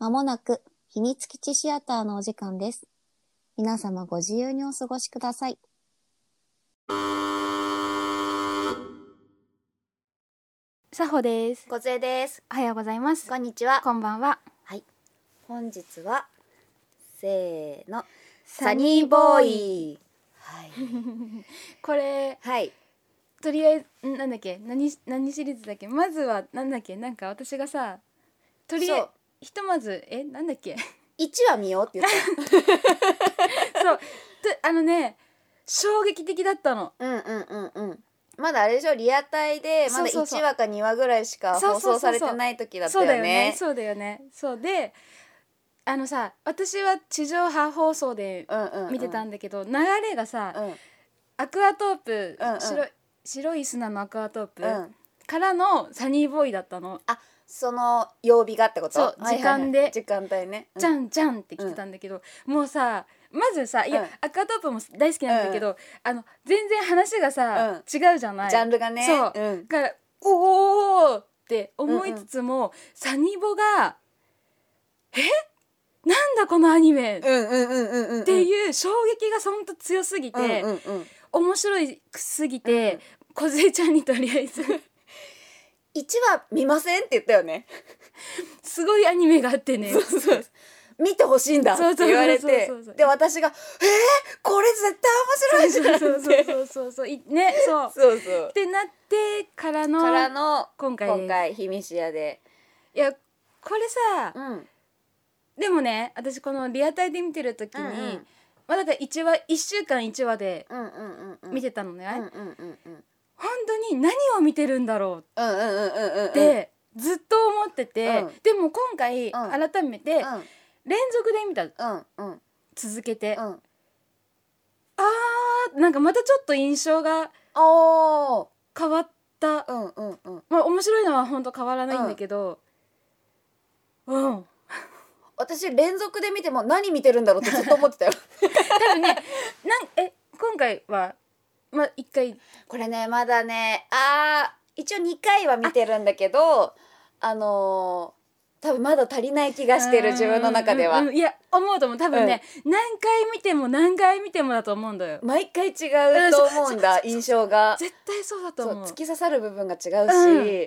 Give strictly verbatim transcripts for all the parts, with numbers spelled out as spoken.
まもなく秘密基地シアターのお時間です。皆様ご自由にお過ごしください。 さほです。 こつえです。 おはようございます。 こんにちは。 こんばんは。 はい。本日はせーのサニーボーイ。はい。 これはい。 とりあえずなんだっけ何何シリーズだっけ。まずはなんだっけなんか私がさとりあえずひとまずえなんだっけいちわ見ようって言ったそうあのね衝撃的だったの。 うんうんうんうん。まだあれでしょ、リアタイでまだいちわかにわぐらいしか放送されてない時だったよね。 そうだよねそうだよねそうであのさ私は地上波放送で見てたんだけど、うんうんうん、流れがさ、うん、アクアトープ、うんうん、白, 白い砂のアクアトープ、うん、からのサニーボーイだったの。 あ、その曜日がってこと？ そう、時間で、はいはいはい、 時間帯ね、 うん、じゃんじゃんって来てたんだけど、うん、もうさまずさいや、うん、アクアトープも大好きなんだけど、うん、あの全然話がさ、うん、違うじゃない、 ジャンルがね。 そう、うん、だからおーって思いつつも、うんうん、サニボがえなんだこのアニメっていう衝撃がほんと強すぎて、うんうんうん、面白いすぎて、うん、梢ちゃんにとりあえずいちわ見ませんって言ったよねすごいアニメがあってねそうそう見てほしいんだって言われて、で私がえー、これ絶対面白いじゃんってそうそうそうそうそうねそうそうそうってなってからのからの今回今回ひみしやで、 いやこれさ、うん、でもね私このリアタイで見てる時に、うんうん、まあ、だからいちわいっしゅうかんいちわで見てたのね、うんうんうんうん、本当に何を見てるんだろうってずっと思ってて、うん、でも今回改めて、うん連続で見た、うんうん、続けて、うん、あーなんかまたちょっと印象が変わった、うんうんうん、まあ面白いのは本当変わらないんだけど、うん、うん、 私連続で見ても何見てるんだろうってずっと思ってたよ多分ねなんえ今回はまあいっかいこれねまだねあ一応にかいは見てるんだけど あ, あのー多分まだ足りない気がしてる自分の中では、 うんうん、いや思うと思う多分ね、うん、何回見ても何回見てもだと思うんだよ。 毎回違うと思うんだ、印象が絶対そうだと思う。 突き刺さる部分が違うし、うん、あれこんな話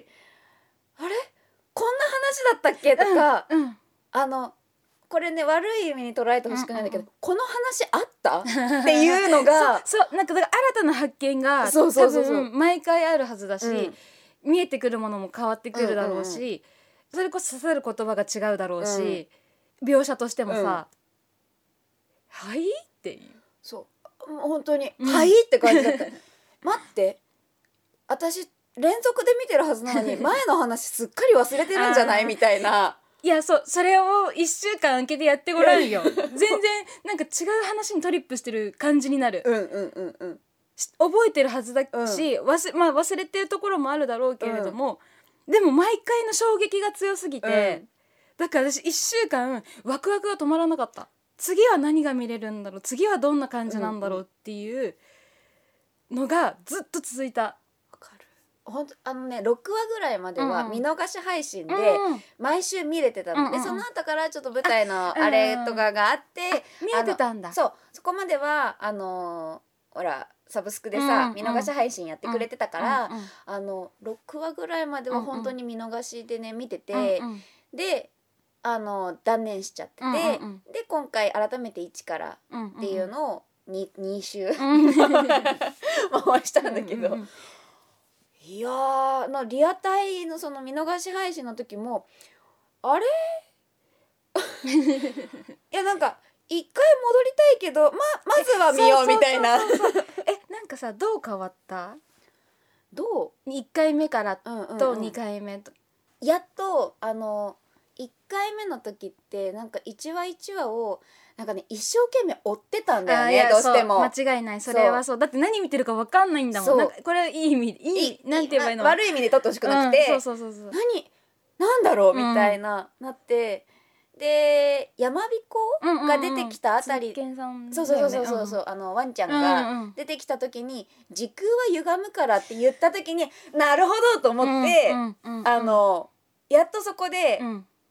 だったっけとか、うんうん、あのこれね悪い意味に捉えてほしくないんだけど、うんうん、この話あったっていうのがそうそうなんかだから新たな発見がそうそうそうそう多分毎回あるはずだし、うん、見えてくるものも変わってくるだろうし、うんうんうん、それこそ刺さる言葉が違うだろうし、うん、描写としてもさ、うん、はいっていうそう本当に、うん、はいって感じだった待って私連続で見てるはずなのに前の話すっかり忘れてるんじゃないみたいないやそうそれをいっしゅうかん空けてやってごらんよ全然なんか違う話にトリップしてる感じになるうんうんうんうん覚えてるはずだし、うん忘まあ、忘れてるところもあるだろうけれども、うん、でも毎回の衝撃が強すぎて、うん、だから私いっしゅうかんワクワクが止まらなかった。次は何が見れるんだろう次はどんな感じなんだろうっていうのがずっと続いた。わかるほんとあのねろくわぐらいまでは見逃し配信で毎週見れてたの、うんうん、でその後からちょっと舞台のあれとかがあって、 うん、見えてたんだ。 そうそこまではあのー、ほらサブスクでさ、うんうん、見逃し配信やってくれてたから、うんうん、あのろくわぐらいまでは本当に見逃しでね見てて、うんうん、であの断念しちゃってて、うんうんうん、で今回改めていちからっていうのを 2, に週、うん、回したんだけど、うんうん、いやーのリアタイのその見逃し配信の時もあれいやなんか一回戻りたいけど ま, まずは見ようみたいなえなんかさどう変わった？ どういっかいめからとにかいめと、 うんうんうん、やっとあのいっかいめの時ってなんかいちわいちわをなんかね一生懸命追ってたんだよねどうしても。 間違いないそれはそうだって何見てるか分かんないんだもん。なんかこれいい意味いいなんて言えばいいの悪い意味で撮ってほしくなくて、 うん、そうそうそうそう何なんだろうみたいな、うん、なってで山彦が出てきたあたり、うんうんうん、そうそうそうそうそう、うん、あのワンちゃんが出てきた時に、うん、時空は歪むからって言った時になるほどと思って、うんうんうんうん、あのやっとそこで、うん、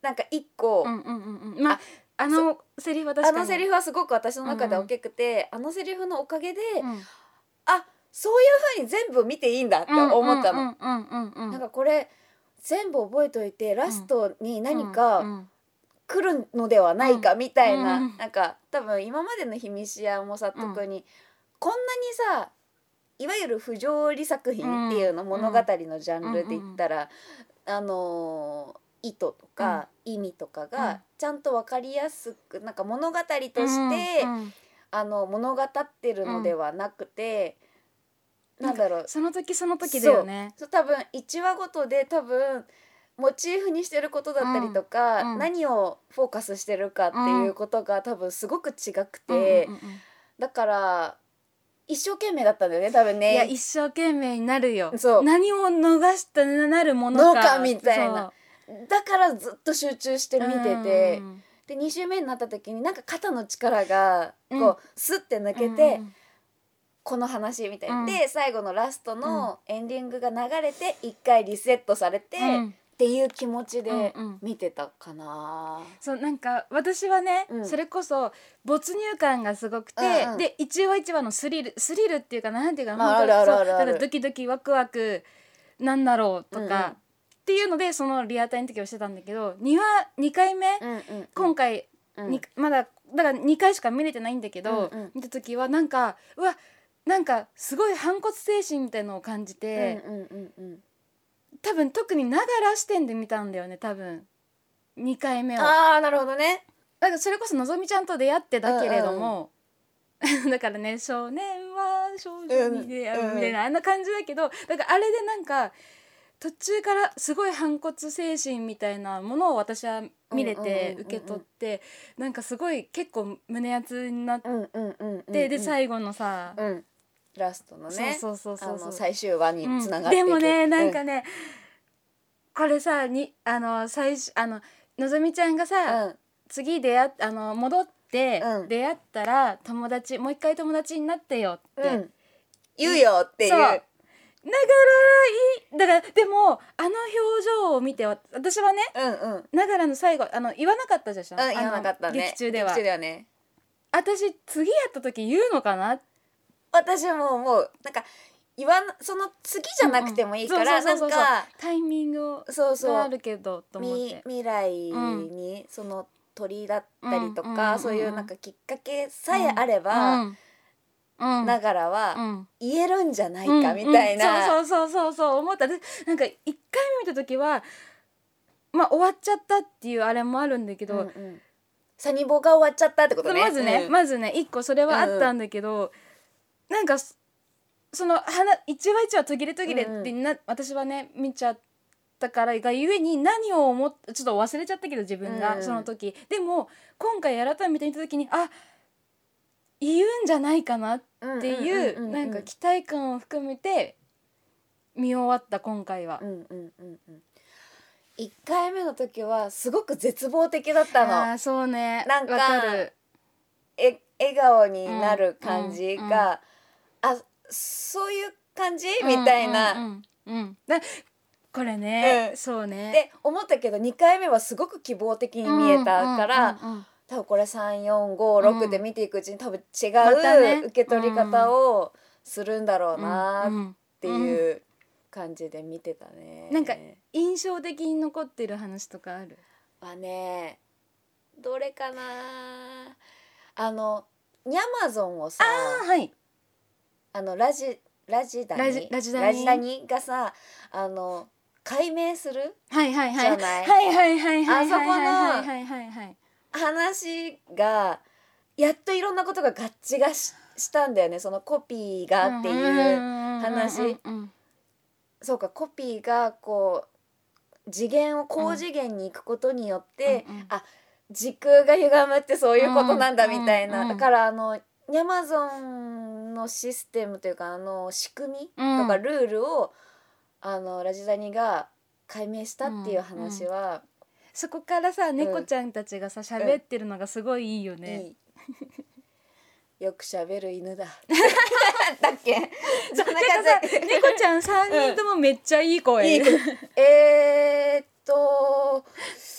なんか一個、 うんうんうんうん、まああのセリフは確かにあのセリフはすごく私の中で大きくて、うんうん、あのセリフのおかげで、 うん、 あ、そういう風に全部見ていいんだって思ったの。なんかこれ全部覚えといてラストに何か来るのではないかみたいな、うんうん、なんか多分今までの「ひみしや」もさ、特にこんなにさ、いわゆる不条理作品っていうの、物語のジャンルで言ったら、あの意図とか意味とかがちゃんと分かりやすく、なんか物語としてあの物語ってるのではなくて、なんだろう、 その時その時だよね。 そう、多分いちわごとで多分モチーフにしてることだったりとか、うん、何をフォーカスしてるかっていうことが多分すごく違くて、うんうんうんうん、だから一生懸命だったんだよね、多分ね。 いや、一生懸命になるよ。そう、何を逃したなるものか、 のかみたいな。だからずっと集中して見てて、でに週目になった時になんか肩の力がこう、うん、スッて抜けて、うん、この話みたいな、うん、で最後のラストのエンディングが流れて一回リセットされて、うん、っていう気持ちで見てたかな、 うんうん、そう、なんか私はね、うん、それこそ没入感がすごくて、うんうん、で一話一話のスリルスリルっていうか、なんていうか、まあ、本当そう、だからドキドキワクワクなんだろうとか、うんうん、っていうのでそのリアタイの時をしてたんだけど、にわにかいめ、うんうんうん、今回、うん、まだだからにかいしか見れてないんだけど、うんうん、見た時はなんかうわ、なんかすごい反骨精神みたいのを感じて、うんうんうんうん、多分特にながら視点で見たんだよね、多分にかいめを。 あー、なるほどね。 だからそれこそのぞみちゃんと出会ってだけれども、うんうん、だからね、少年は少女に出会うみたいな、うんうん、あんな感じだけど、だからあれでなんか途中からすごい反骨精神みたいなものを私は見れて受け取って、なんかすごい結構胸熱になって、うんうんうんうんうん、で最後のさ、 うん、ラストのね、 そうそうそうそう、 あの最終話につながっていく、 うん、でもね、なんかね、うん、これさにあの最初あののぞみちゃんがさ、うん、次出会っあの戻って出会ったら友達、もう一回友達になってよって、うん、 言うよっていう。 そうだからいいだからでもあの表情を見て私はね、うんうん、ながらの最後あの言わなかったでしょ、うん、 言わなかったね、 劇中では。 劇中ではね、 私次やった時言うのかな、 私ももうなんか言わな、その次じゃなくてもいいから、なんかタイミングがあるけどと思って、 未来にその鳥だったりとか、うん、そういうなんかきっかけさえあれば、うんうん、ながらは言えるんじゃないかみたいな、 うんうん、そうそうそうそう思った。でなんかいっかいめ見た時はまあ終わっちゃったっていうあれもあるんだけど、うんうん、 サニボが終わっちゃったってことね。 まずね、うん、まずね一個それはあったんだけど、うん、なんかその一話一話途切れ途切れってな、うん、私はね見ちゃったからがゆえに何を思っちょっと忘れちゃったけど自分が、うん、その時でも今回改めて見た時にあ言うんじゃないかなっていうなんか期待感を含めて見終わった今回は、うんうんうんうん、いっかいめの時はすごく絶望的だったの。 あ、そうね、 なんかかるえ笑顔になる感じが、うんうんうん、あ、そういう感じ、うん、みたいな、うんうんうん、だこれね、うん、そうねで思ったけどにかいめはすごく希望的に見えたから、うんうんうんうん、多分これさん、よん、ご、ろくで見ていくうちに多分違う受け取り方をするんだろうなっていう感じで見てたね。 なんか印象的に残ってる話とかある？ はね、どれかな、あのニャマゾンをさ、 あ、はい、 あのラジラジダニラジラジダニラジダニがさ、あの解明するはいはいはいじゃない、 はいはいはいはい、あそこのはいはいはいはい話がやっといろんなことが合致が し, したんだよね。そのコピーがっていう話、そうか、コピーがこう次元を高次元に行くことによって、うんうん、あ、時空が歪むってそういうことなんだみたいな、うんうん、だからあのニャマゾンのシステムというかあの仕組みとかルールを、うん、あのラジダニが解明したっていう話は、うんうん、 そこからさ、猫ちゃんたちがさ喋ってるのがすごいいいよね、うん、いいよく喋る犬だだっけそんな感じ。猫ちゃんさんにんともめっちゃいい声、 うん、いい声えーっと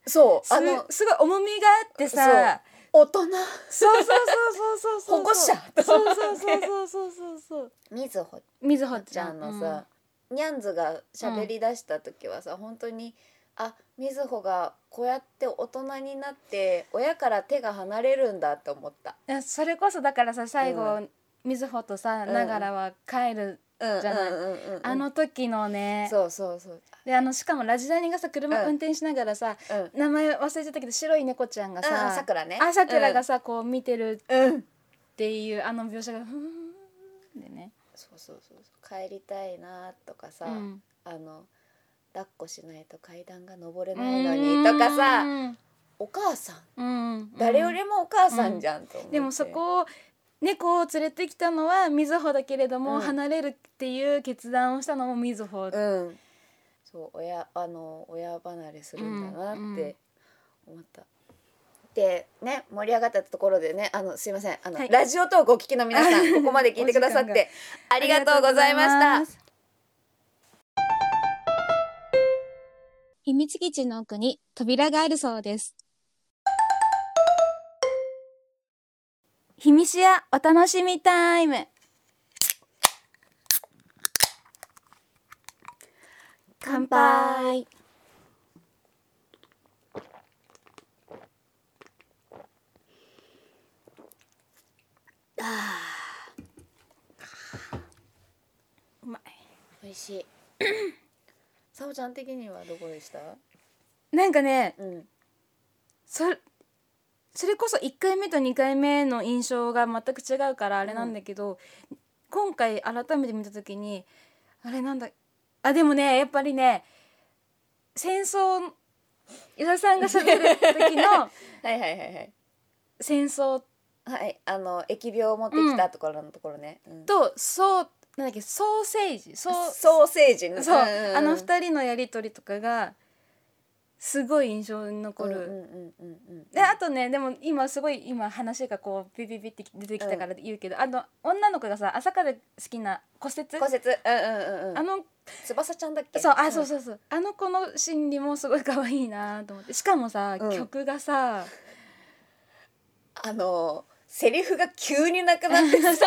そうあのすごい重みがあってさ、 大人、 そうそうそうそうそうそう保護者そうそうそうそうそうそうみずほみずほちゃんのさ、うん、ニャンズが喋り出した時はさ、うん、本当にあ、みずほがこうやって大人になって親から手が離れるんだって思った。 いやそれこそだからさ最後、うん、みずほとさながらは帰るじゃない、あの時のね、 そうそうそう、 であのしかもラジダニがさ車運転しながらさ、うん、名前忘れちゃったけど白い猫ちゃんがさ、 さくらね、 あさくらがさ、うん、こう見てるっていう、うん、あの描写がふーんでね、 そうそうそうそう、帰りたいなとかさ、うん、あの抱っこしないと階段が登れないのにとかさ、お母さん、うん、誰よりもお母さんじゃんと思って、 でもそこを猫を連れてきたのはみずほだけれども、うん、離れるっていう決断をしたのもみずほ、うん、 そう親あの親離れするんだなって思った、うんうん、でね盛り上がったところでね、あのすいませんあの、はい、ラジオトークお聞きの皆さんここまで聞いてくださってありがとうございました。 秘密基地の奥に扉があるそうです。 秘密やお楽しみタイム。乾杯。あうまい。 美味しい。さおちゃん的にはどこでした？ なんかね、うん、それそれこそいっかいめとにかいめの印象が全く違うからあれなんだけど、うん、今回改めて見た時にあれなんだあでもねやっぱりね戦争伊沢さんがしゃべる時のはいはいはいはい戦争はいあの疫病を持ってきたところのところね、 うん、とそうなんだっけソーセージソーソーセージね、 そう、うんうん、あのふたりのやり取りとかがすごい印象に残る。であとねでも今すごい今話がこうビビビって出てきたから言うけど、うん、あの女の子がさ朝から好きな骨折骨折、うんうんうん、 あの翼ちゃんだっけ、 そうあ、うん、そうそうそうあの子の心理もすごい可愛いなと思って、しかもさ、うん、曲がさあのセリフが急になくなってさそうそうそうそうそう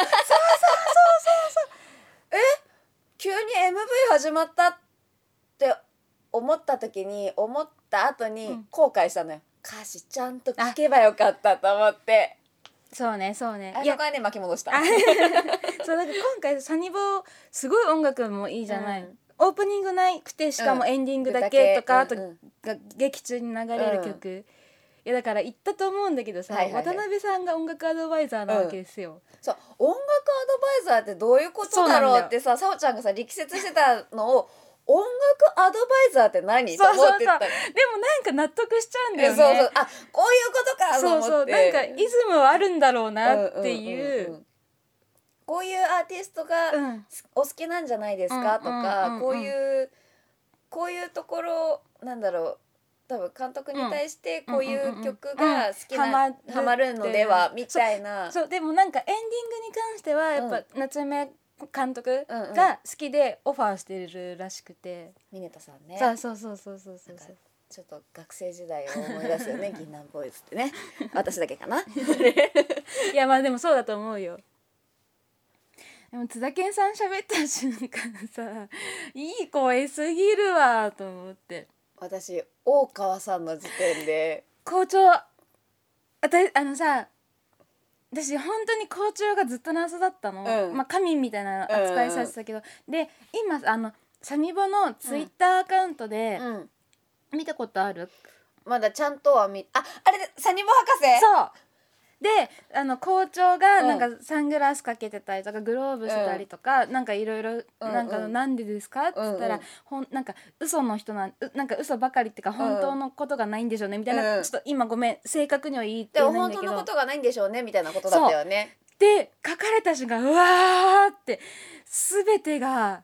え急に エムブイ 始まったって思った時に思った後に後悔したのよ、うん、歌詞ちゃんと聞けばよかったと思って。 そうねそうね、 あそこはね巻き戻したそうだから今回サニボすごい音楽もいいじゃない、うん、オープニングなくてしかもエンディングだけとか、うん、あと、うん、が劇中に流れる曲、うん、いやだから言ったと思うんだけどさ、はいはいはい、渡辺さんが音楽アドバイザーなわけですよ、うん、 そう音楽アドバイザーってどういうことだろうってささおちゃんがさ力説してたのを音楽アドバイザーって何と思ってた。でもなんか納得しちゃうんだよね。 そうそうあこういうことかと思って。 そうそうなんかイズムはあるんだろうなっていう、うんうんうんうん、 こういうアーティストがお好きなんじゃないですか、うん、とか、うんうんうん、こういうこういうところなんだろう多分監督に対してこういう曲が好きな、うんうんうんうん、ハマるのではみたいな。 そうでもなんかエンディングに関してはやっぱ夏目監督が好きでオファーしてるらしくて、 ミネタさんね。 そうそうそうそうそうそうそうちょっと学生時代を思い出すよね銀杏ボーイズってね私だけかないやまあでもそうだと思うよ。でも津田健さん喋った瞬間さいい声すぎるわと思って、 私大川さんの時点で校長あたあのさ私本当に校長がずっと謎だったの、うん、まあ神みたいな扱いされてたけど、うんうん、で今あのサニボのツイッターアカウントで、うん、見たことある？ まだちゃんとは見ああれサニボ博士？ そうであの校長がなんかサングラスかけてたりとかグローブしてたりとか、うん、なんかいろいろなんかなんでですかって言ったら、うんうん、ほんなんか嘘の人なんなんか嘘ばかりっていうか本当のことがないんでしょうねみたいな、うん、ちょっと今ごめん正確には言ってないんだけど本当のことがないんでしょうねみたいなことだったよね。 で書かれた瞬間うわーって全てが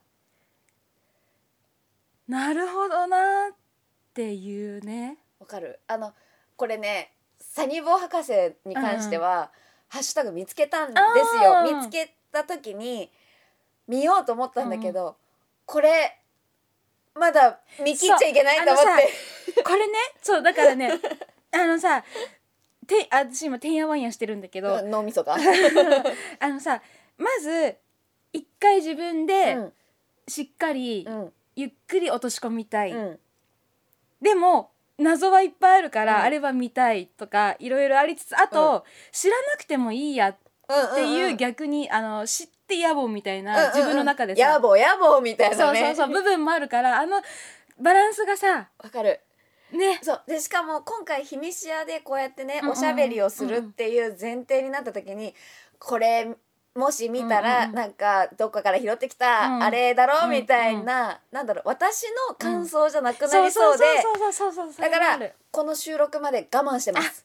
なるほどなっていうね。 わかる。あのこれねサニボ博士に関しては、うん、ハッシュタグ見つけたんですよ。見つけた時に見ようと思ったんだけど、うん、これまだ見切っちゃいけないと思ってこれねそうだからねあのさて私今てんやわんやしてるんだけど脳みそがあのさまず一回自分でうんしっかりうんゆっくり落とし込みたい、 うんでも謎はいっぱいあるから、 うんあれは見たいとかいろいろありつつあと、うん、知らなくてもいいやっていう、うんうん、逆にあの知って野望みたいな、うんうんうん、自分の中でさ野望野望みたいなねそうそうそう部分もあるからあのバランスがさわかるね、 そうでしかも今回ひみしやでこうやってね、うんうん、おしゃべりをするっていう前提になった時にこれもし見たら、うんうん、なんかどっかから拾ってきた、うん、あれだろ、うん、みたいな、うん、なんだろう私の感想じゃなくなりそうでだからこの収録まで我慢してます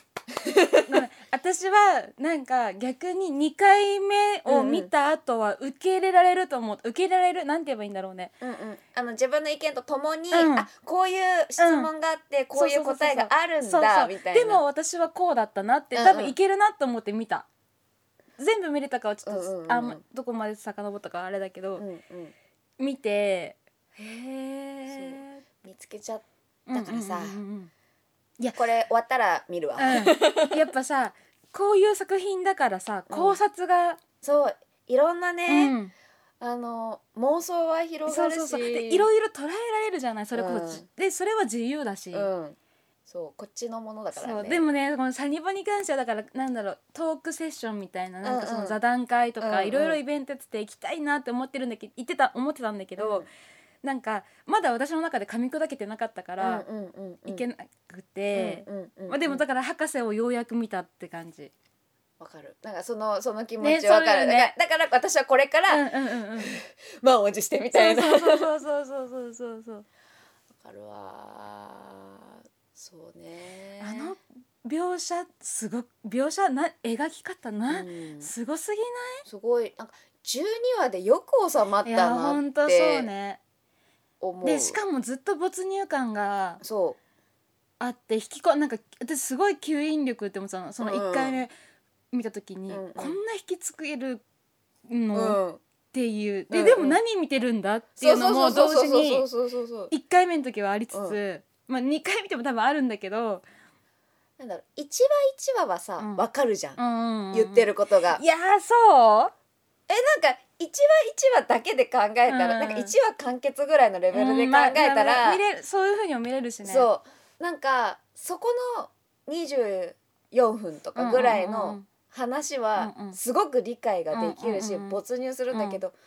私はなんか逆ににかいめを見た後は受け入れられると思う、受け入れられるなんて言えばいいんだろうね、 うんうん、あの自分の意見とともに、うん、あこういう質問があって、うん、こういう答えがあるんだみたいなでも私はこうだったなって多分いけるなと思って見た、うんうん、全部見れたかはちょっと、うんうんうん、あどこまで遡ったかあれだけど、うんうん、見てへえ見つけちゃったからさ、うんうんうんうんいやこれ終わったら見るわ、 うん、やっぱさこういう作品だからさ考察が、うん、 そういろんなね、うん、あの妄想は広がるしそうそうそうでいろいろ捉えられるじゃないそれこそ、うん、でそれは自由だし、 うん、そうこっちのものだからねそうでもねこのサニバに関してはだからなんだろうトークセッションみたいななんかその座談会とかいろいろイベントやってて行きたいなって思ってるんだけど言ってた思ってたんだけど、うんなんかまだ私の中で噛み砕けてなかったからいけなくてまあでもだから博士をようやく見たって感じわかるなんかそのその気持ちわかる、ね、だからだから私はこれから満を持してみたいなそうそうそうそうそうそうそうわかるわそうねあの描写すご描写な描き方な、うん、すごすぎないすごいなんかじゅうにわでよく収まったなっていやほんとそうねでしかもずっと没入感があって引きこなんか私すごい吸引力って思ってたのそのいっかいめ見た時に、うんうん、こんな引きつけるの、うん、っていうで、うんうん、でも何見てるんだっていうのも同時にいっかいめの時はありつつ、うんまあ、にかい見ても多分あるんだけどなんだろういちわいちわはさ、うん、分かるじゃん、うんうんうん、言ってることがいやそうえなんかいちわいちわだけで考えたら、うん、なんかいちわ完結ぐらいのレベルで考えたら、 うんまあ、見れるそういう風にも見れるしねそうなんかそこのにじゅうよんぷんとかぐらいの話はすごく理解ができるし、うんうんうん、没入するんだけど、うん、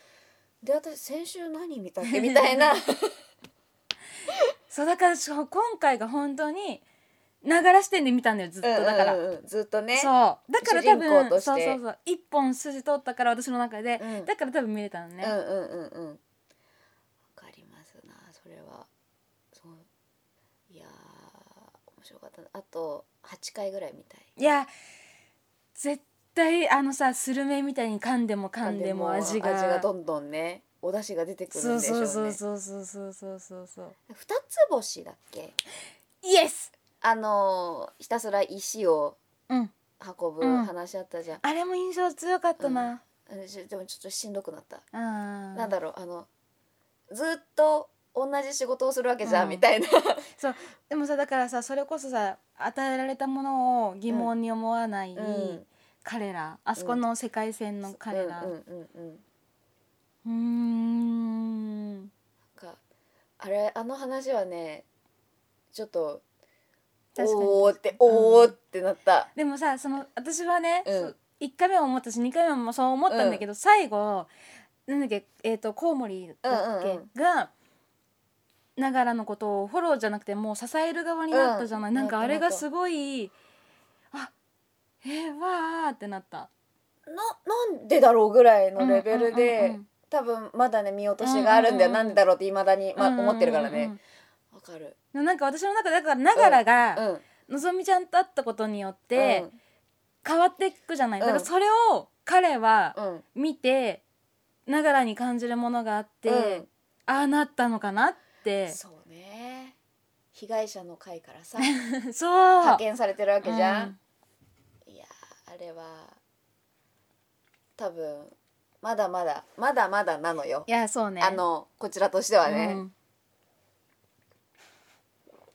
で私先週何見たっけみたいなそうだから今回が本当にながら視点で見たんだよずっとだから、うんうんうん、 ずっとねそうだから多分そうそうそう一本筋通ったから私の中で、うん、だから多分見れたのねうんうんうんうんわかりますなそれはそういや面白かったあとはちかいぐらい見たいいや絶対あのさスルメみたいに噛んでも噛んでも味が味がどんどんねお出汁が出てくるんでしょうねそうそうそうそうそうそうそう二つ星だっけイエスあのひたすら石を運ぶ話あったじゃん、 うんうん、あれも印象強かったな、 うん、でもちょっとしんどくなったなんだろうあのずっと同じ仕事をするわけじゃん、うん、みたいなそうでもさだからさそれこそさ与えられたものを疑問に思わない、うん、彼らあそこの世界線の彼らうんうんうんうんうーんなんかあれあの話はねちょっとおーっておーってなった、 うん、でもさその私はね、うん、いっかいめも思ったしにかいめもそう思ったんだけど、うん、最後なんだっけえっとコウモリだっけ、うんうんうん、がながらのことをフォローじゃなくてもう支える側になったじゃない、うん、なんかあれがすごいあえー、わーってなったななんでだろうぐらいのレベルで、うんうんうんうん、多分まだね見落としがあるんだよ、うんうんうん、なんでだろうって未だに、ま、思ってるからね、うんうんうんわかるなんか私の中でだからながらが、うん、のぞみちゃんと会ったことによって、うん、変わっていくじゃない、うん、だからそれを彼は見て、うん、ながらに感じるものがあって、うん、ああなったのかなってそうね被害者の会からさそう派遣されてるわけじゃん、うん、いやあれは多分まだまだまだまだなのよいやそうねあのこちらとしてはね、うん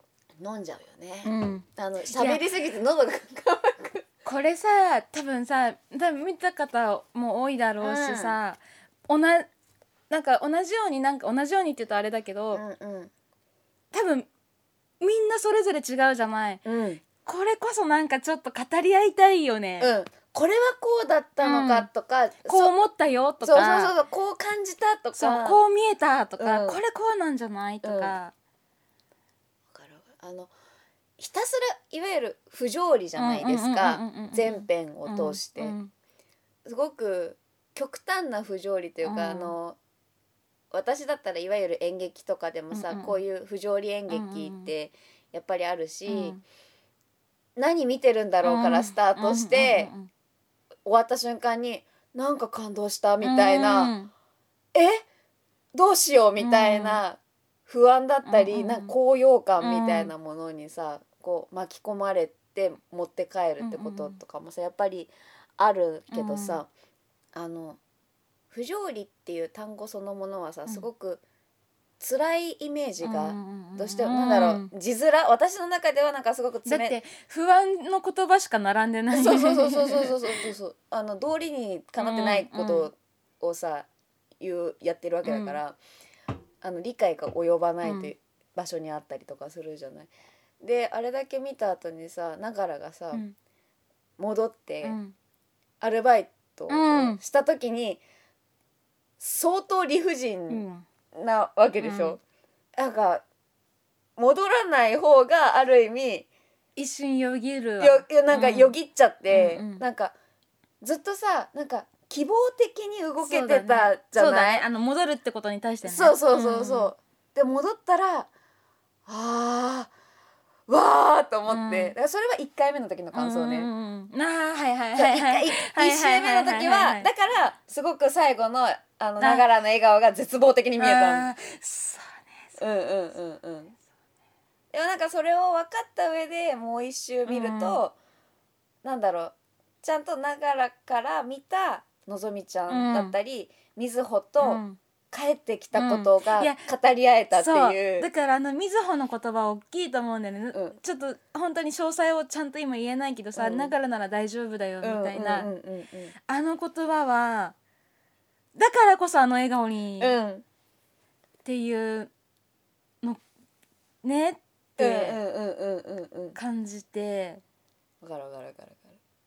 飲んじゃうよね、 うん、 あの喋りすぎて喉がこれさ多分さ多分見た方も多いだろうしさ、うん、おななんか同じようになんか同じようにって言うとあれだけど、うんうん、多分みんなそれぞれ違うじゃない、うん、これこそなんかちょっと語り合いたいよね、 うん、これはこうだったのかとか、うん、 こう思ったよとか、 そうそうそうこう感じたとか、 そうこう見えたとか、うん、これこうなんじゃないとか、うん、わかるあのひたすらいわゆる不条理じゃないですか、全編を通して、うんうん、すごく極端な不条理というか、うん、あの私だったらいわゆる演劇とかでもさ、うんうん、こういう不条理演劇ってやっぱりあるし、うん、何見てるんだろうからスタートして、うんうんうんうん、終わった瞬間になんか感動したみたいな、うん、えどうしようみたいな不安だったり、うんうん、なんか高揚感みたいなものにさ、こう巻き込まれて持って帰るってこととかもさやっぱりあるけどさ、うん、あの不条理っていう単語そのものはさすごく辛いイメージがどうしても、うん、なんだろう字面私の中ではなんかすごく冷だって不安の言葉しか並んでないそうそうそうそうそうそうそうそうあの道理にかなってないことをさ、うん、言うやってるわけだから、うん、あの理解が及ばないという場所にあったりとかするじゃない。であれだけ見た後にさながらがさ、うん、戻ってアルバイトをした時に相当理不尽なわけでしょ、うん、なんか戻らない方がある意味一瞬よぎるわよなんかよぎっちゃって、うんうんうん、なんかずっとさなんか希望的に動けてたじゃない。 そうだね、あの戻るってことに対してね。 そうそうそうそう、うん、で戻ったらあーわーと思って、うん、だからそれはいっかいめの時の感想ね。 うんうん、あはいはいはいはい。いっ周目の時はだからすごく最後のあのながらの笑顔が絶望的に見えたんそうね。うんうんうんうん。でもなんかそれを分かった上でもう一周見ると、うん、なんだろうちゃんとながらから見たのぞみちゃんだったり、うん、みずほと、うん帰ってきたことが語り合えたっていう、うん、 そうだからあのみずほの言葉大きいと思うんだよね、うん、ちょっと本当に詳細をちゃんと今言えないけどさ、うん、だからなら大丈夫だよみたいな、あの言葉はだからこそあの笑顔に、うん、っていうのねって感じてわかるわかるわかるわか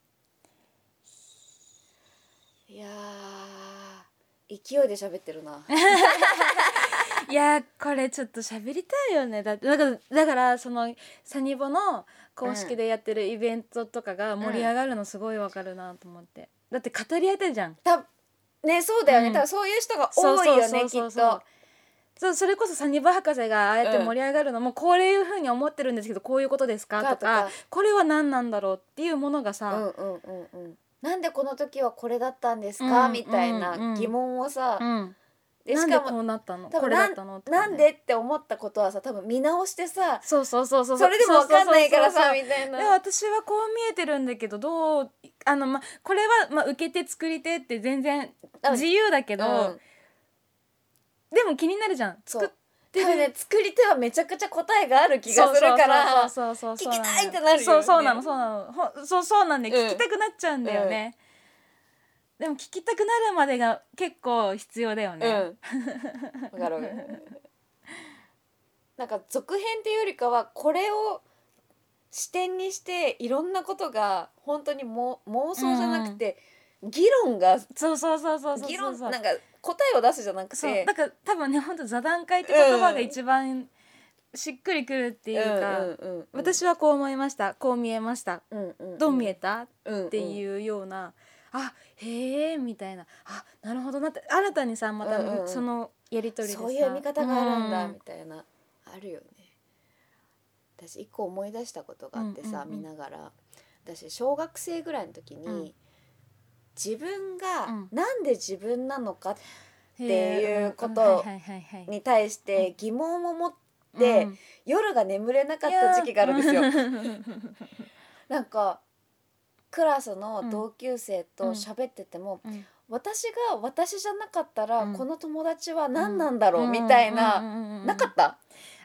る。いや勢いで喋ってるないやこれちょっと喋りたいよね。だだからだからそのサニボの公式でやってるイベントとかが盛り上がるのすごいわかるなと思って、うん、だって語り合いたいじゃん。 たねそうだよね、うん、多分そういう人が多いよねきっと。 そうそれこそサニボ博士がああやって盛り上がるのも、うん、こういう風に思ってるんですけどこういうことですかとかこれは何なんだろうっていうものがさ、うんうんうんうんなんでこの時はこれだったんですか、うん、みたいな疑問をさ、うん、 でしかもなんでこうなったのこれだったのとか、 ね、なんでって思ったことはさ多分見直してさそうそうそうそうそれでも分かんないからさみたいな。 で私はこう見えてるんだけどどうあの、ま、これは、ま、受けて作り手って全然自由だけど、うん、でも気になるじゃん作って多分ね作り手はめちゃくちゃ答えがある気がするから聞きたいってなるよね。 そうそうなのそうなのほそうそうなんで、うん、聞きたくなっちゃうんだよね、うん、でも聞きたくなるまでが結構必要だよね。 うん、わかるわかるなんか続編っていうよりかはこれを視点にしていろんなことが本当にも妄想じゃなくて、うん、議論がそうそうそうそうそう議論なんか答えを出すじゃなくてそうだから多分ね本当座談会って言葉が一番しっくりくるっていうか、うんうんうんうん、私はこう思いましたこう見えました、うんうんうん、どう見えた、うんうん、っていうようなあへえみたいなあなるほどなって新たにさまた、うんうん、そのやり取りでさそういう見方があるんだ、うん、みたいなあるよね。私一個思い出したことがあってさ、うんうんうん、見ながら私小学生ぐらいの時に、うん自分がなんで自分なのかっていうことに対して疑問を持って夜が眠れなかった時期があるんですよ。なんかクラスの同級生と喋ってても、うんうん、私が私じゃなかったらこの友達は何なんだろうみたいななかった？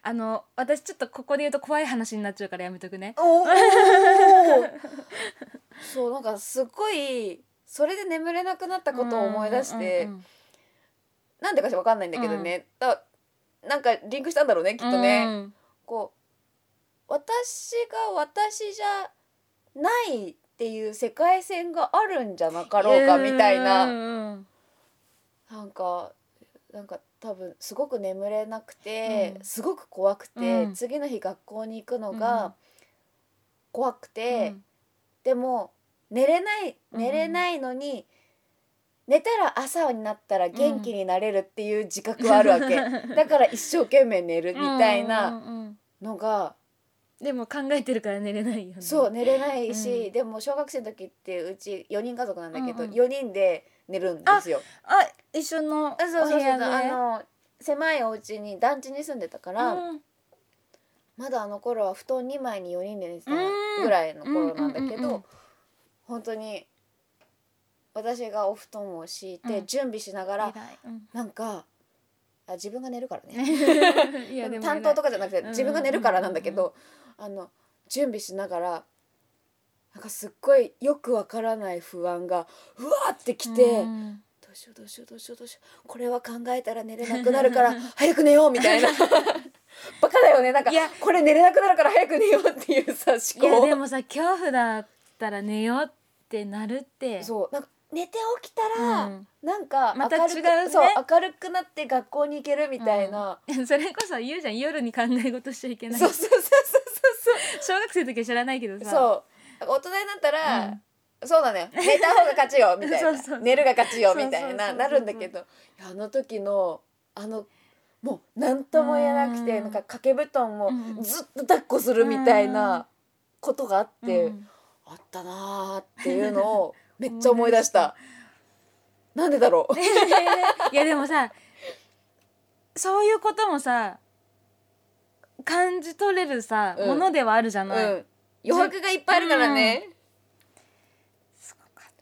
あの私ちょっとここで言うと怖い話になっちゃうからやめとくね。 おおそうなんかすごいそれで眠れなくなったことを思い出して、 うんうんうん、 なんでかしら分かんないんだけどね、うん、だなんかリンクしたんだろうねきっとね、うん、こう私が私じゃないっていう世界線があるんじゃなかろうかみたいな、うんうん、なんかなんか多分すごく眠れなくて、うん、すごく怖くて、うん、次の日学校に行くのが怖くて、うん、でも寝れない寝れないのに、うん、寝たら朝になったら元気になれるっていう自覚はあるわけ、うん、だから一生懸命寝るみたいなのが、 でも考えてるから寝れないよね。 そう寝れないし、うん、でも小学生の時ってうちよにん家族なんだけど、うんうん、よにんで寝るんですよ。 ああ一緒のお部屋で。そうそうそう、 あの狭いお家に団地に住んでたから、うん、まだあの頃は布団にまいによにんで寝てたぐらいの頃なんだけど、うんうんうんうん、本当に私がお布団を敷いて準備しながら、うん、なんかあ自分が寝るからねいやでも担当とかじゃなくて自分が寝るからなんだけど、あの準備しながらなんかすっごいよくわからない不安がうわーってきて、うん、どうしようどうしようどうしようどうしようこれは考えたら寝れなくなるから早く寝ようみたいなバカだよね、なんかこれ寝れなくなるから早く寝ようっていうさ思考。 いやでもさ恐怖だったら寝ようってなるって。 そうなんか寝て起きたら、うん、なんかまた違うね、 そう明るくなって学校に行けるみたいな、 うん、それこそ言うじゃん夜に考え事しちゃいけない。 そうそうそうそうそう小学生の時は知らないけどさ、 そう大人になったら、うん、そうなのよ寝た方が勝ちよみたいなそうそうそう寝るが勝ちよみたいななるんだけど、あの時のあのもう何とも言えなくて、なんか掛け布団もずっと抱っこするみたいなことがあって、うん、あったなーっていうのをめっちゃ思い出した。なんでだろういやでもさそういうこともさ感じ取れるさ、うん、ものではあるじゃない、うん、 余白がいっぱいあるからね、うん、すごかった、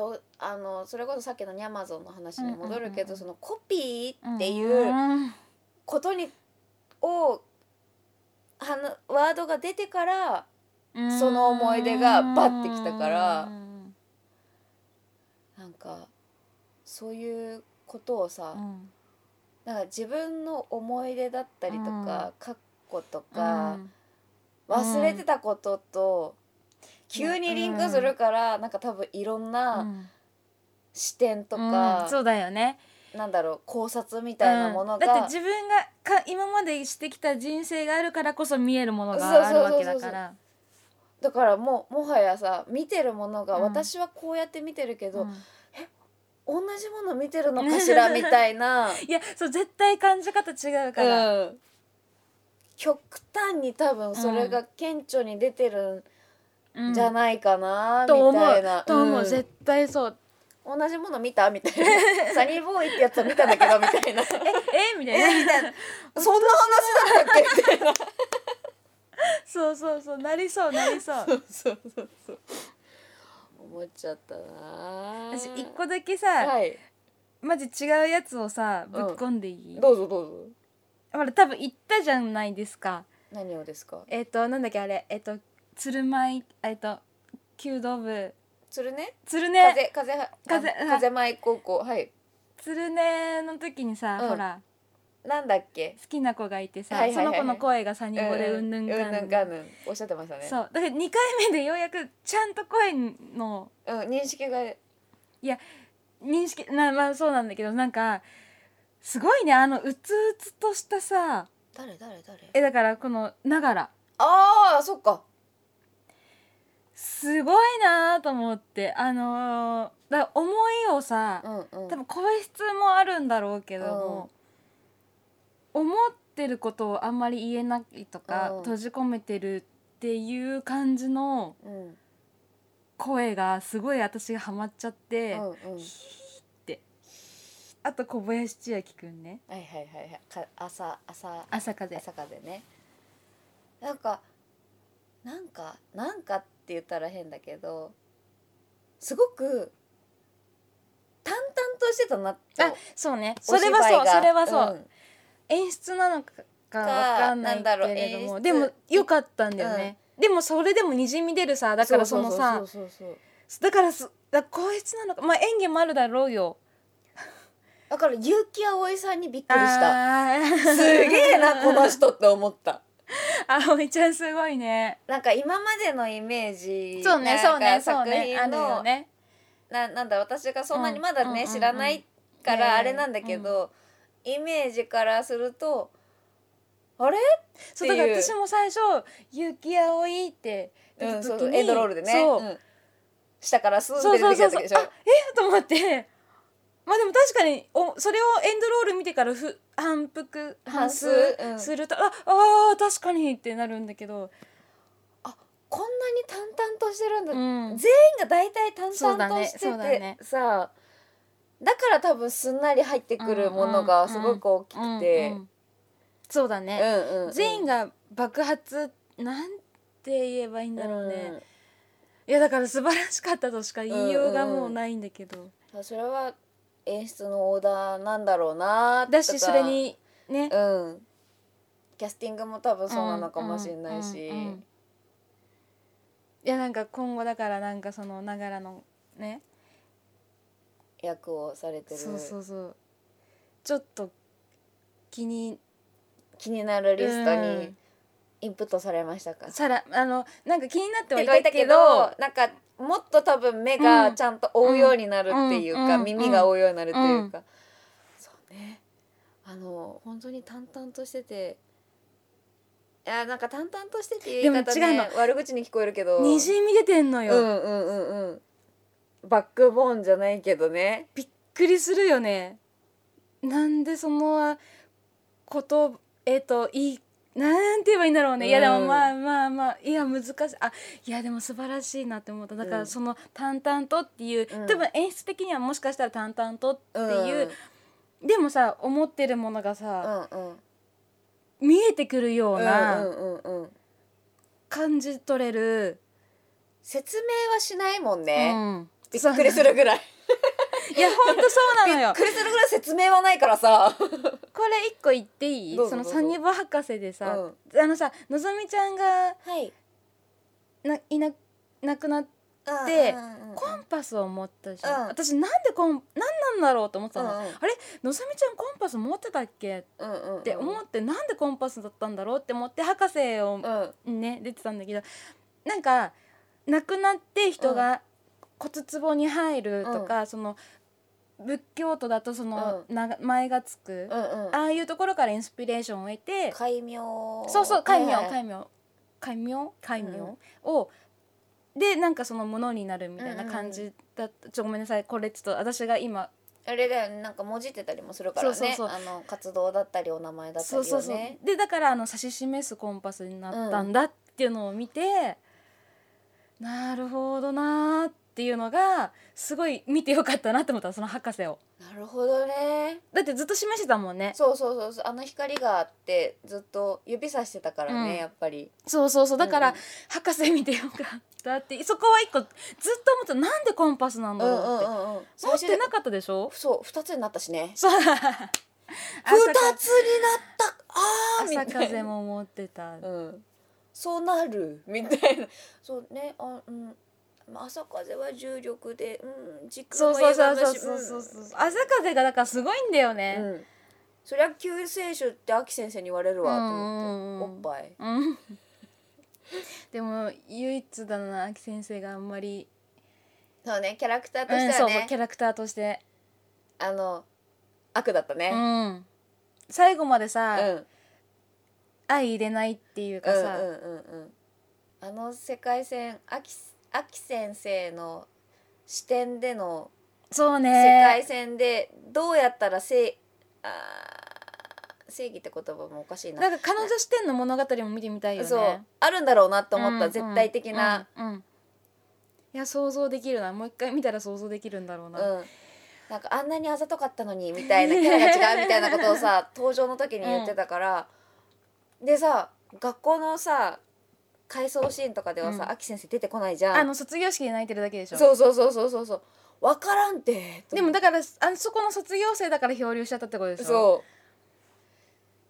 うん、たあのそれこそさっきのニャマゾンの話に戻るけど、うんうんうん、そのコピーっていうことにをワードが出てからその思い出がバッてきたから、なんかそういうことをさ、うん、なんか自分の思い出だったりとか、過去とか、うん、忘れてたことと急にリンクするから、うん、なんか多分いろんな視点とか、 うん、そうだよね、 なんだろう考察みたいなものが、 うん、だって自分がか今までしてきた人生があるからこそ見えるものがあるわけだから、 だからもうもはやさ見てるものが、うん、私はこうやって見てるけど、うん、え同じもの見てるのかしらみたいないやそう絶対感じ方違うから、うん、 極端に多分それが顕著に出てるんじゃないかな、うん、みたいなと思う、と思う、絶対そう。 同じもの見たみたいなサニーボーイってやつは見たんだけどみたいなええみたいなえみたいなそんな話だったっけみたいなそうそうそうなりそうなりそうそうそうそうそう思っちゃったな。 私一個だけさ、はい、マジ違うやつをさぶっ込んでいい、 うん、どうぞどうぞ。 ほら多分言ったじゃないですか。 何をですか。 えっ、ー、となんだっけあれえっ、ー、と鶴舞えっ、ー、と弓道部鶴ね鶴ね風風風風舞高校はい鶴ねの時にさ、うん、ほらなんだっけ好きな子がいてさ、はいはいはいはい、その子の声がサニー語でうんぬんかんぬん、 うんうん、かんぬんおっしゃってましたね。 そうだからにかいめでようやくちゃんと声の、 うん、認識がいや認識なまあそうなんだけどなんかすごいねあのうつうつとしたさ誰誰誰えだからこのながらああそっかすごいなと思ってあのー、だ思いをさ、うんうん、多分声質もあるんだろうけども、うん、思ってることをあんまり言えないとか、うん、閉じ込めてるっていう感じの声がすごい私がハマっちゃって、うんうん、ヒーってあと小林千秋くんねはいはいはいはいか朝朝朝風朝風ねなんかなんかなんかって言ったら変だけどすごく淡々としてたなって。 あそうねそれはそうそれはそう、うん、 演出なのかわかんないけれども、でもなんだろう良かったんだよね、うん、でもそれでもにじみ出るさ、だからそのさだからすだこいつなのか、まあ演技もあるだろうよ。 だから結城葵さんにびっくりした。すげえなこの人って思った。 葵ちゃんすごいね。 なんか今までのイメージ、 そうねそうねそうねあるよね。 ななんだ私がそんなにまだね、うん、知らないからあれなんだけど、うん、イメージからするとあれそうだから私も最初結城葵って出た時に、うん、そうそうエンドロールでね、 そう、 うん、下からスーンって出てきた時でしょ。 そうそうそうそう、あえと思って、まあでも確かにおそれをエンドロール見てからふ反復反数すると、うん、ああ確かにってなるんだけど、 あこんなに淡々としてるんだ、 うん、 全員が大体淡々としてて、ねね、さだから多分すんなり入ってくるものがすごく大きくて、 そうだね、 うんうんうん、 全員が爆発なんて言えばいいんだろうね、うん、いやだから素晴らしかったとしか言いようがもうないんだけど、 うんうん、それは演出のオーダーなんだろうなだしそれにね、 うん、キャスティングも多分そうなのかもしれないし、うんうんうん、 いやなんか今後だからなんかそのながらのね役をされてる、 そうそうそうちょっと気に気になるリストにインプットされましたか？ さらあのなんか気になってはいたけど、 なんかもっと多分目がちゃんと追うようになるっていうか、うんうん、耳が追うようになるっていうか、うん、そうね、あの本当に淡々としてて、いやなんか淡々としてっていう言い方ね悪口に聞こえるけどにじみ出てんのよ、 うんうんうんうん、バックボーンじゃないけどね、 びっくりするよね。なんでそのことえっ、ー、といいなんて言えばいいんだろうね、うん、いやでもまあまあまあいや難しい、あいやでも素晴らしいなって思った。だからその淡々とっていう、うん、多分演出的にはもしかしたら淡々とっていう、うん、でもさ思ってるものがさ、うんうん、見えてくるような感じ取れる、 説明はしないもんね、 うん、 びっくりするぐらいいやほんとそうなのよびっくりするぐらい説明はないからさこれ一個言っていい？そのサニバ博士でさ、うん、あのさのぞみちゃんが、はい、ないな亡くなって、うんうん、コンパスを持ったじゃん、うん、私なんでコンなんなんだろうと思ってたの、うんうん、あれのぞみちゃんコンパス持ってたっけ、うんうんうん、って思って、なんでコンパスだったんだろうって思って博士を、うん、ね出てたんだけど、なんか亡くなって人が骨壺に入るとか、うん、その仏教徒だとその名前がつく、うんうん、ああいうところからインスピレーションを得て、 戒名、 そうそう戒名戒名戒名戒名をでなんかそのものになるみたいな感じだった、うんうん、ちょごめんなさいこれちょっと私が今あれだよね、なんかもじってたりもするからね、そうそうそう、あの活動だったりお名前だったりよね、そうそうそうでだからあの指し示すコンパスになったんだっていうのを見て、うん、なるほどなーっていうのがすごい見てよかったなって思った、その博士を。 なるほどね。 だってずっと示してたもんね。 そうそうそうそう、あの光があってずっと指さしてたからね、うん、やっぱり。 そうそうそうだから、うんうん、博士見てよかったってそこは一個ずっと思った、なんでコンパスなんだろうって、うんうんうん、持ってなかったでしょ。 そうふたつになったしね。そうふたつになったあーみたいな。 朝風も持ってた、 うん、そうなるみたいな。そうね、あうん朝風は重力で、うん、軸もそうそうそうそうそうそう、うん、朝風がだからすごいんだよね、 うん、そりゃ救世主って秋先生に言われるわと思って、おっぱい、うん、 でも唯一だな秋先生があんまりそうねキャラクターとしてはね、うん、 そうそうキャラクターとしてあの悪だったね、 うん、最後までさ、うん、相入れないっていうかさ、うんうんうんうん、 あの世界線秋秋先生の視点でのそうね世界線でどうやったら正あ正義って言葉もおかしいな、 なんか彼女視点の物語も見てみたいよね。 そうあるんだろうなと思った、うん、絶対的な、 うんうんうん、いや想像できるな、もう一回見たら想像できるんだろうな、 うん、なんかあんなにあざとかったのにみたいなキャラが違うみたいなことをさ登場の時に言ってたから、うん、でさ学校のさ回想シーンとかではさ、うん、秋先生出てこないじゃん。 あの卒業式で泣いてるだけでしょ。 そうそうそうそうそうそう分からんて。 でもだからあそこの卒業生だから漂流しちゃったってことでしょ。 そ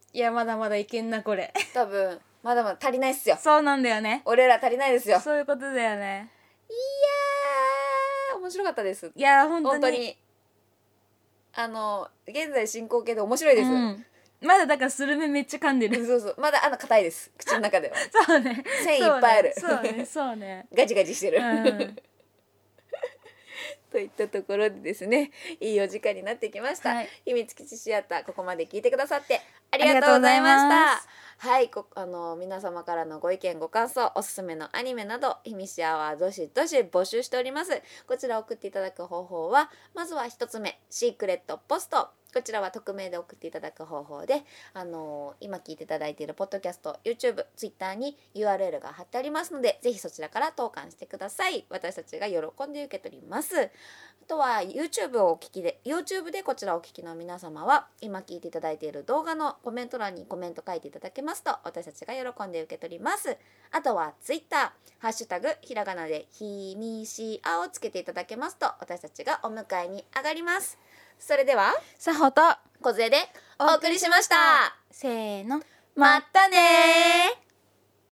いやまだまだいけんなこれ多分まだまだ足りないっすよ。 そうなんだよね。 俺ら足りないですよ。 そういうことだよね。 いやー面白かったです。 いや本当に本当にあの現在進行形で面白いです、うん、 まだだからスルメめっちゃ噛んでる。 そうそうまだあの硬いです口の中ではそうね繊維いっぱいあるそうねそうねガチガチしてる、 うんといったところでですね、いいお時間になってきました、はい、秘密基地シアターここまで聞いてくださってありがとうございました。はいこあの皆様からのご意見ご感想おすすめのアニメなど秘密シアはどしどし募集しております。こちら送っていただく方法はまずは一つ目シークレットポスト、こちらは匿名で送っていただく方法で、あのー、今聞いていただいているポッドキャスト YouTube、Twitter に ユーアールエル が貼ってありますのでぜひそちらから投函してください。私たちが喜んで受け取ります。あとは YouTube をお聞きで YouTube でこちらお聞きの皆様は今聞いていただいている動画のコメント欄にコメント書いていただけますと私たちが喜んで受け取ります。あとは Twitter ハッシュタグひらがなでひみしあをつけていただけますと私たちがお迎えに上がります。それではさほと小杖でお送りしました。 せーのまたねー。